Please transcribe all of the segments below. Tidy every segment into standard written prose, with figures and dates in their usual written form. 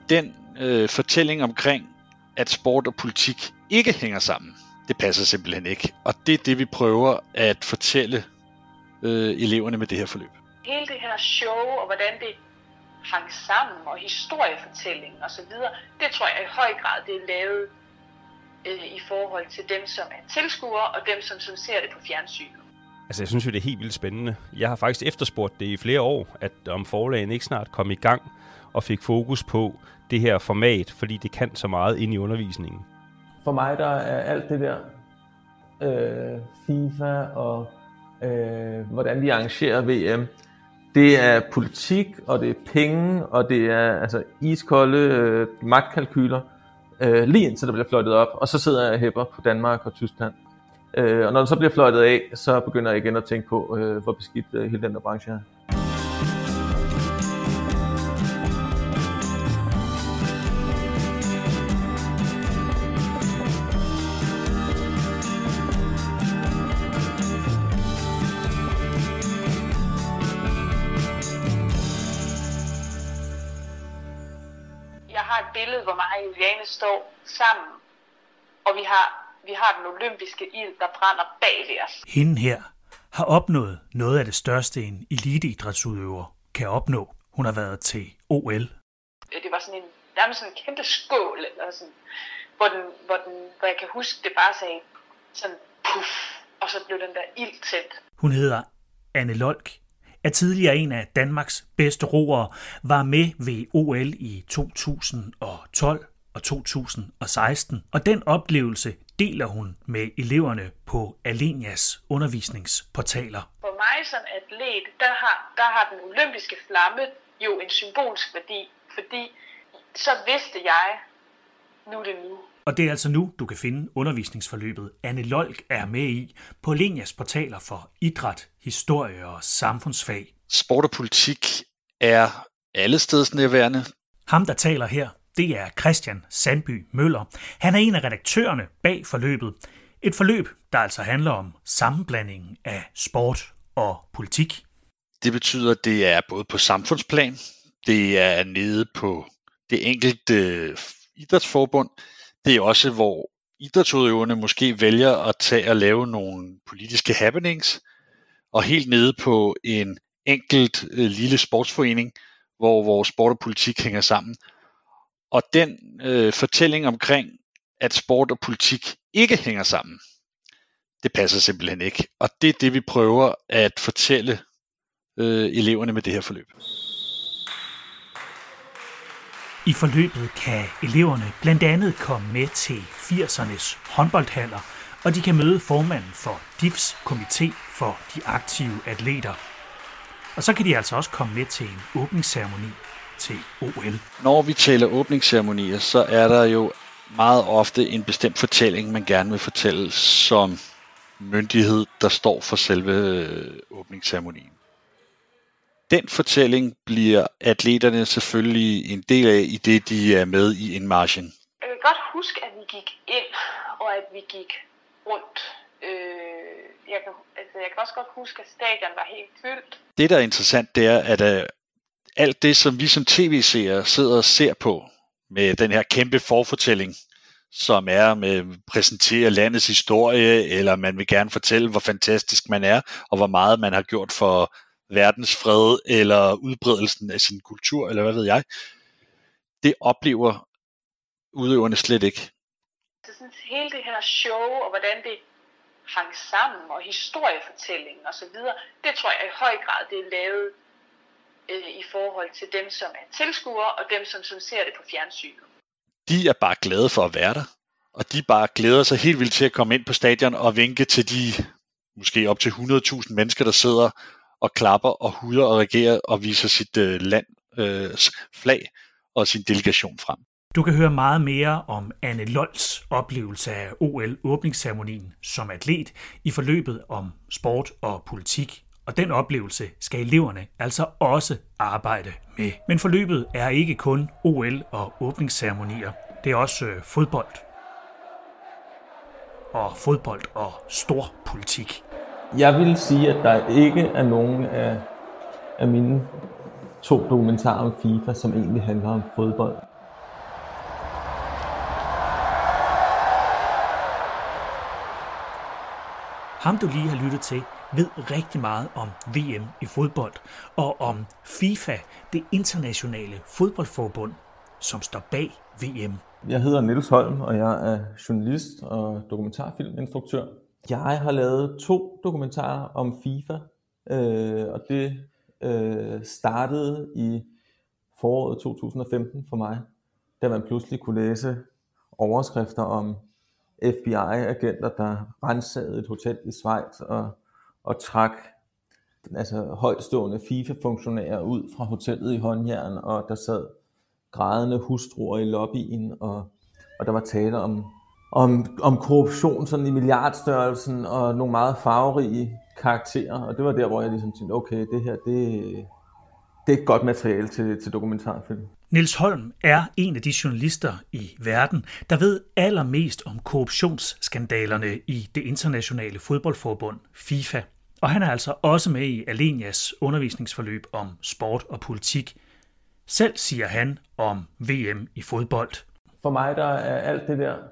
den fortælling omkring, at sport og politik ikke hænger sammen, det passer simpelthen ikke. Og det er det, vi prøver at fortælle eleverne med det her forløb. Hele det her show, og hvordan det hang sammen, og historiefortælling og så videre, det tror jeg i høj grad, det er lavet i forhold til dem, som er tilskuere, og dem, som ser det på fjernsynet. Altså, jeg synes jo, det er helt vildt spændende. Jeg har faktisk efterspurgt det i flere år, at om forlagen ikke snart kom i gang og fik fokus på det her format, fordi det kan så meget ind i undervisningen. For mig, der er alt det der FIFA og hvordan vi arrangerer VM, det er politik, og det er penge, og det er altså iskolde magtkalkyler, lige indtil der bliver fløjtet op, og så sidder jeg og hæpper på Danmark og Tyskland. Og når det så bliver fløjtet af, så begynder jeg igen at tænke på, hvor beskidt hele den der branche er. Jeg har et billede, hvor mig og Juliane står sammen, og vi har den olympiske ild, der brænder bag ved os. Hende her har opnået noget af det største, en eliteidrætsudøver kan opnå. Hun har været til OL. Det var sådan en kæmpe skål, eller sådan, hvor jeg kan huske, det bare sagde sådan puff, og så blev den der ild tændt. Hun hedder Anne Lolk, er tidligere en af Danmarks bedste roere, var med ved OL i 2012 og 2016, og den oplevelse deler hun med eleverne på Alenias undervisningsportaler. For mig som atlet, der har den olympiske flamme jo en symbolsk værdi, fordi så vidste jeg, nu er det nu. Og det er altså nu, du kan finde undervisningsforløbet Anne Lolk er med i på Alenias portaler for idræt, historie og samfundsfag. Sport og politik er allestedsnærværende. Ham, der taler her, det er Christian Sandby Møller. Han er en af redaktørerne bag forløbet. Et forløb, der altså handler om sammenblandingen af sport og politik. Det betyder, at det er både på samfundsplan, det er nede på det enkelte idrætsforbund. Det er også, hvor idrætsudøverne måske vælger at tage og lave nogle politiske happenings, og helt nede på en enkelt lille sportsforening, hvor sport og politik hænger sammen. Og den fortælling omkring, at sport og politik ikke hænger sammen, det passer simpelthen ikke. Og det er det, vi prøver at fortælle eleverne med det her forløb. I forløbet kan eleverne blandt andet komme med til 80'ernes håndboldhaller, og de kan møde formanden for DIFs komité for de aktive atleter. Og så kan de altså også komme med til en åbningsceremoni til OL. Når vi taler åbningsceremonier, så er der jo meget ofte en bestemt fortælling, man gerne vil fortælle som myndighed, der står for selve åbningsceremonien. Den fortælling bliver atleterne selvfølgelig en del af, i det de er med i indmarchen. Jeg kan godt huske, at vi gik ind, og at vi gik rundt. Jeg kan også godt huske, at stadion var helt fyldt. Det, der er interessant, det er, at alt det, som vi som tv-seere sidder og ser på, med den her kæmpe forfortælling, som er med at præsentere landets historie, eller man vil gerne fortælle, hvor fantastisk man er, og hvor meget man har gjort for verdens fred, eller udbredelsen af sin kultur, eller hvad ved jeg, det oplever udøverne slet ikke. Så sådan hele det her show, og hvordan det hang sammen, og historiefortælling og så videre, det tror jeg i høj grad, det er lavet i forhold til dem, som er tilskuere, og dem, som ser det på fjernsynet. De er bare glade for at være der, og de bare glæder sig helt vildt til at komme ind på stadion og vinke til de måske op til 100.000 mennesker, der sidder og klapper og huder og regerer og viser sit lands flag og sin delegation frem. Du kan høre meget mere om Anne Lolks oplevelse af OL-åbningsceremonien som atlet i forløbet om sport og politik. Og den oplevelse skal eleverne altså også arbejde med. Men forløbet er ikke kun OL og åbningsceremonier. Det er også fodbold. Og fodbold og stor politik. Jeg vil sige, at der ikke er nogen af mine 2 dokumentarer om FIFA, som egentlig handler om fodbold. ham du lige har lyttet til, ved rigtig meget om VM i fodbold og om FIFA, det internationale fodboldforbund, som står bag VM. Jeg hedder Niels Holm, og jeg er journalist og dokumentarfilminstruktør. Jeg har lavet 2 dokumentarer om FIFA, og det startede i foråret 2015 for mig, da man pludselig kunne læse overskrifter om FBI-agenter, der ransagede et hotel i Schweiz og trak højtstående FIFA-funktionærer ud fra hotellet i håndjern, og der sad grædende hustruer i lobbyen, og der var tale om korruption sådan i milliardstørrelsen og nogle meget farverige karakterer, og det var der, hvor jeg ligesom tænkte, okay, det her, det er et godt materiale til dokumentarfilm. Niels Holm er en af de journalister i verden, der ved allermest om korruptionsskandalerne i det internationale fodboldforbund FIFA. Og han er altså også med i Alenias undervisningsforløb om sport og politik. Selv siger han om VM i fodbold. For mig der er alt det der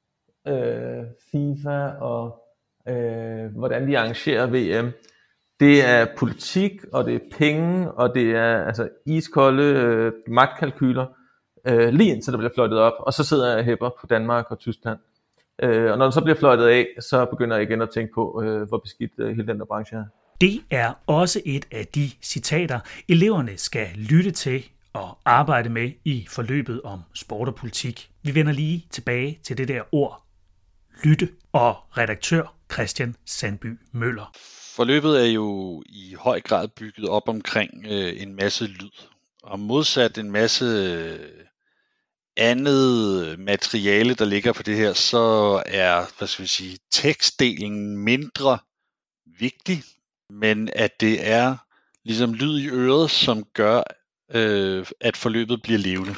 FIFA og hvordan de arrangerer VM, det er politik, og det er penge, og det er iskolde magtkalkyler, lige indtil der bliver fløjtet op, og så sidder jeg og hæpper på Danmark og Tyskland. Og når det så bliver fløjtet af, så begynder jeg igen at tænke på, hvor beskidt hele den der branche er. Det er også et af de citater, eleverne skal lytte til og arbejde med i forløbet om sport og politik. Vi vender lige tilbage til det der ord, lytte, og redaktør Christian Sandby Møller. Forløbet er jo i høj grad bygget op omkring en masse lyd, og modsat en masse andet materiale, der ligger på det her, så er, tekstdelen mindre vigtig, men at det er ligesom lyd i øret, som gør, at forløbet bliver levende.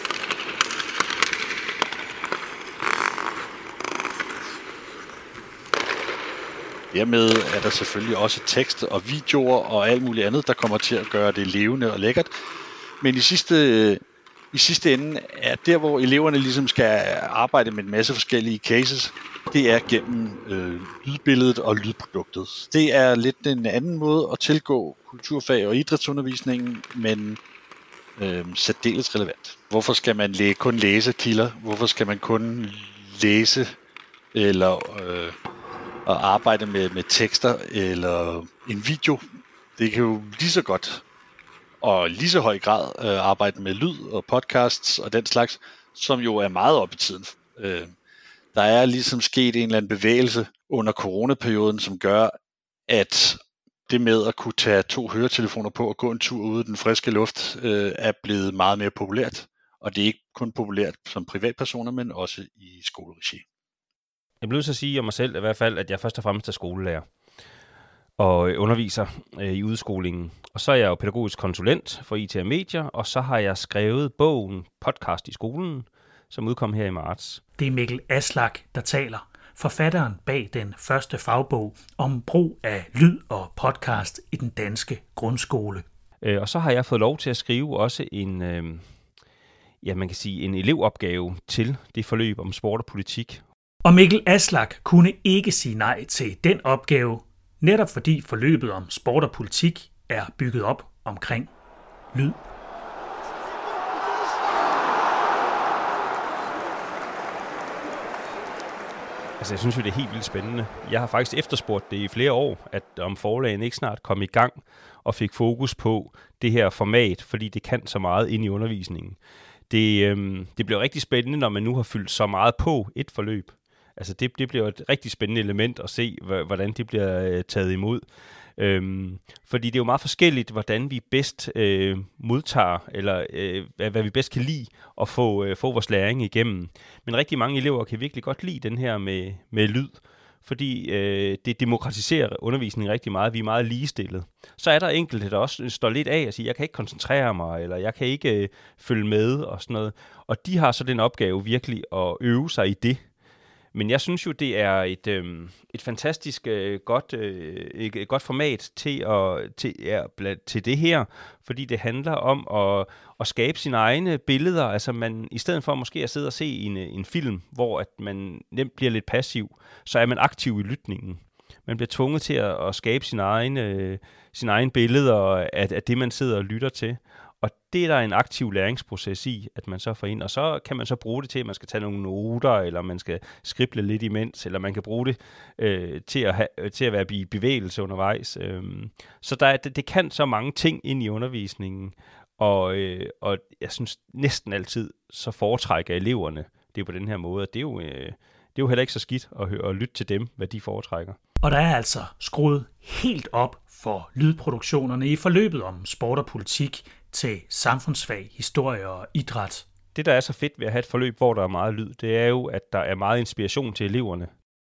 Dermed er der selvfølgelig også tekst og videoer og alt muligt andet, der kommer til at gøre det levende og lækkert. Men i sidste ende er der, hvor eleverne ligesom skal arbejde med en masse forskellige cases, det er gennem lydbilledet og lydproduktet. Det er lidt en anden måde at tilgå kulturfag og idrætsundervisningen, men særdeles relevant. Hvorfor skal man kun læse kilder? Hvorfor skal man kun læse eller og arbejde med tekster eller en video? Det kan jo lige så godt og lige så høj grad arbejde med lyd og podcasts og den slags, som jo er meget op i tiden. Der er ligesom sket en eller anden bevægelse under coronaperioden, som gør, at det med at kunne tage 2 høretelefoner på og gå en tur ude i den friske luft er blevet meget mere populært. Og det er ikke kun populært som privatpersoner, men også i skoleregi. Jeg bliver nødt til at sige om mig selv i hvert fald, at jeg først og fremmest er skolelærer og underviser i udskolingen. Og så er jeg jo pædagogisk konsulent for IT og medier, og så har jeg skrevet bogen Podcast i skolen, som udkom her i marts. Det er Mikkel Aslak, der taler. Forfatteren bag den første fagbog om brug af lyd og podcast i den danske grundskole. Og så har jeg fået lov til at skrive også en elevopgave til det forløb om sport og politik. Og Mikkel Aslak kunne ikke sige nej til den opgave, netop fordi forløbet om sport og politik er bygget op omkring lyd. Altså, jeg synes jo, det er helt vildt spændende. Jeg har faktisk efterspurgt det i flere år, at om forlagen ikke snart kom i gang og fik fokus på det her format, fordi det kan så meget ind i undervisningen. Det bliver rigtig spændende, når man nu har fyldt så meget på et forløb. Altså, det bliver et rigtig spændende element at se, hvordan det bliver taget imod. Fordi det er jo meget forskelligt, hvordan vi bedst modtager, eller hvad vi bedst kan lide at få vores læring igennem. Men rigtig mange elever kan virkelig godt lide den her med lyd, fordi det demokratiserer undervisningen rigtig meget. Vi er meget ligestillet. Så er der enkelte, der også står lidt af og siger, jeg kan ikke koncentrere mig, eller jeg kan ikke følge med og sådan noget. Og de har så den opgave virkelig at øve sig i det. Men jeg synes jo, det er et fantastisk godt format til det her, fordi det handler om at skabe sine egne billeder. Altså man, i stedet for måske at sidde og se en film, hvor at man nemt bliver lidt passiv, så er man aktiv i lytningen. Man bliver tvunget til at skabe sin egen billede af det, man sidder og lytter til. Og det er der en aktiv læringsproces i, at man så får ind. Og så kan man så bruge det til, at man skal tage nogle noter, eller man skal skrible lidt imens, eller man kan bruge det til at være i bevægelse undervejs. Så det kan så mange ting ind i undervisningen. Og jeg synes næsten altid, så foretrækker eleverne det på den her måde. Det er jo heller ikke så skidt at lytte til dem, hvad de foretrækker. Og der er altså skruet helt op for lydproduktionerne i forløbet om sport og politik til samfundsfag, historie og idræt. Det, der er så fedt ved at have et forløb, hvor der er meget lyd, det er jo, at der er meget inspiration til eleverne.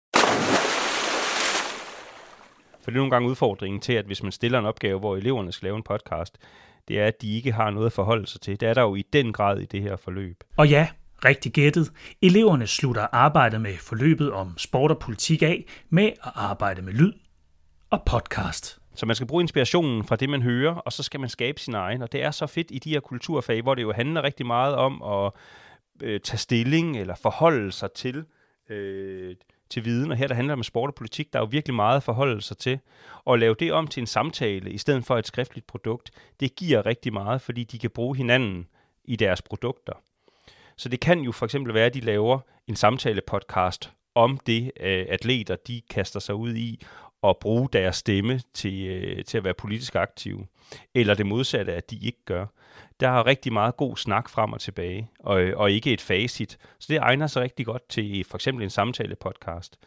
For det er nogle gange udfordringen til, at hvis man stiller en opgave, hvor eleverne skal lave en podcast, det er, at de ikke har noget at forholde sig til. Det er der jo i den grad i det her forløb. Og ja, rigtig gættet. Eleverne slutter arbejdet med forløbet om sport og politik af med at arbejde med lyd og podcast. Så man skal bruge inspirationen fra det, man hører, og så skal man skabe sin egen. Og det er så fedt i de her kulturfag, hvor det jo handler rigtig meget om at tage stilling eller forholde sig til viden. Og her der handler det om sport og politik, der er jo virkelig meget at forholde sig til. Og at lave det om til en samtale i stedet for et skriftligt produkt, det giver rigtig meget, fordi de kan bruge hinanden i deres produkter. Så det kan jo for eksempel være, at de laver en samtale-podcast om det, atleter de kaster sig ud i, og bruge deres stemme til at være politisk aktive. Eller det modsatte, at de ikke gør. Der er rigtig meget god snak frem og tilbage, og ikke et facit. Så det egner sig rigtig godt til for eksempel en samtale-podcast.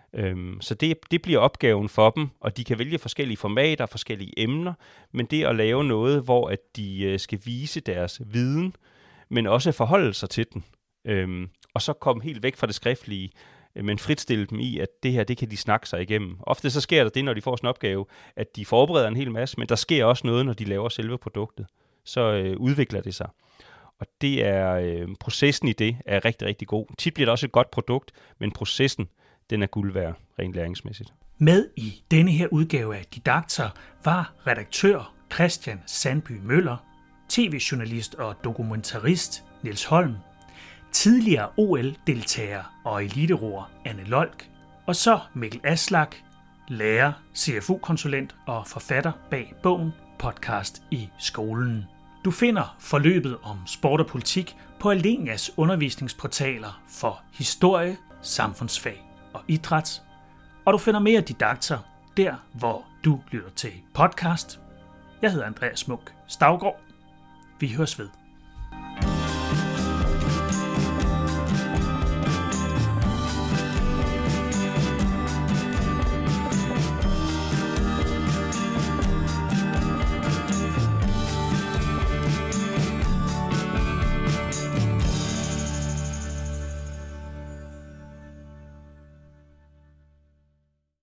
Så det bliver opgaven for dem, og de kan vælge forskellige formater, forskellige emner, men det at lave noget, hvor at de skal vise deres viden, men også forholde sig til den, og så komme helt væk fra det skriftlige, men fritstille dem i, at det her, det kan de snakke sig igennem. Ofte så sker der det, når de får sådan en opgave, at de forbereder en hel masse, men der sker også noget, når de laver selve produktet. Så udvikler det sig. Og det er processen i det er rigtig, rigtig god. Tit bliver det også et godt produkt, men processen, den er guld værd, rent læringsmæssigt. Med i denne her udgave af Didakter var redaktør Christian Sandby Møller, tv-journalist og dokumentarist Niels Holm, tidligere OL-deltager og eliteroer Anne Lolk, og så Mikkel Aslak, lærer, CFU-konsulent og forfatter bag bogen Podcast i skolen. Du finder forløbet om sport og politik på Alenias undervisningsportaler for historie, samfundsfag og idræt, og du finder mere Didakter der, hvor du lytter til podcast. Jeg hedder Andreas Munk Staugaard. Vi høres ved.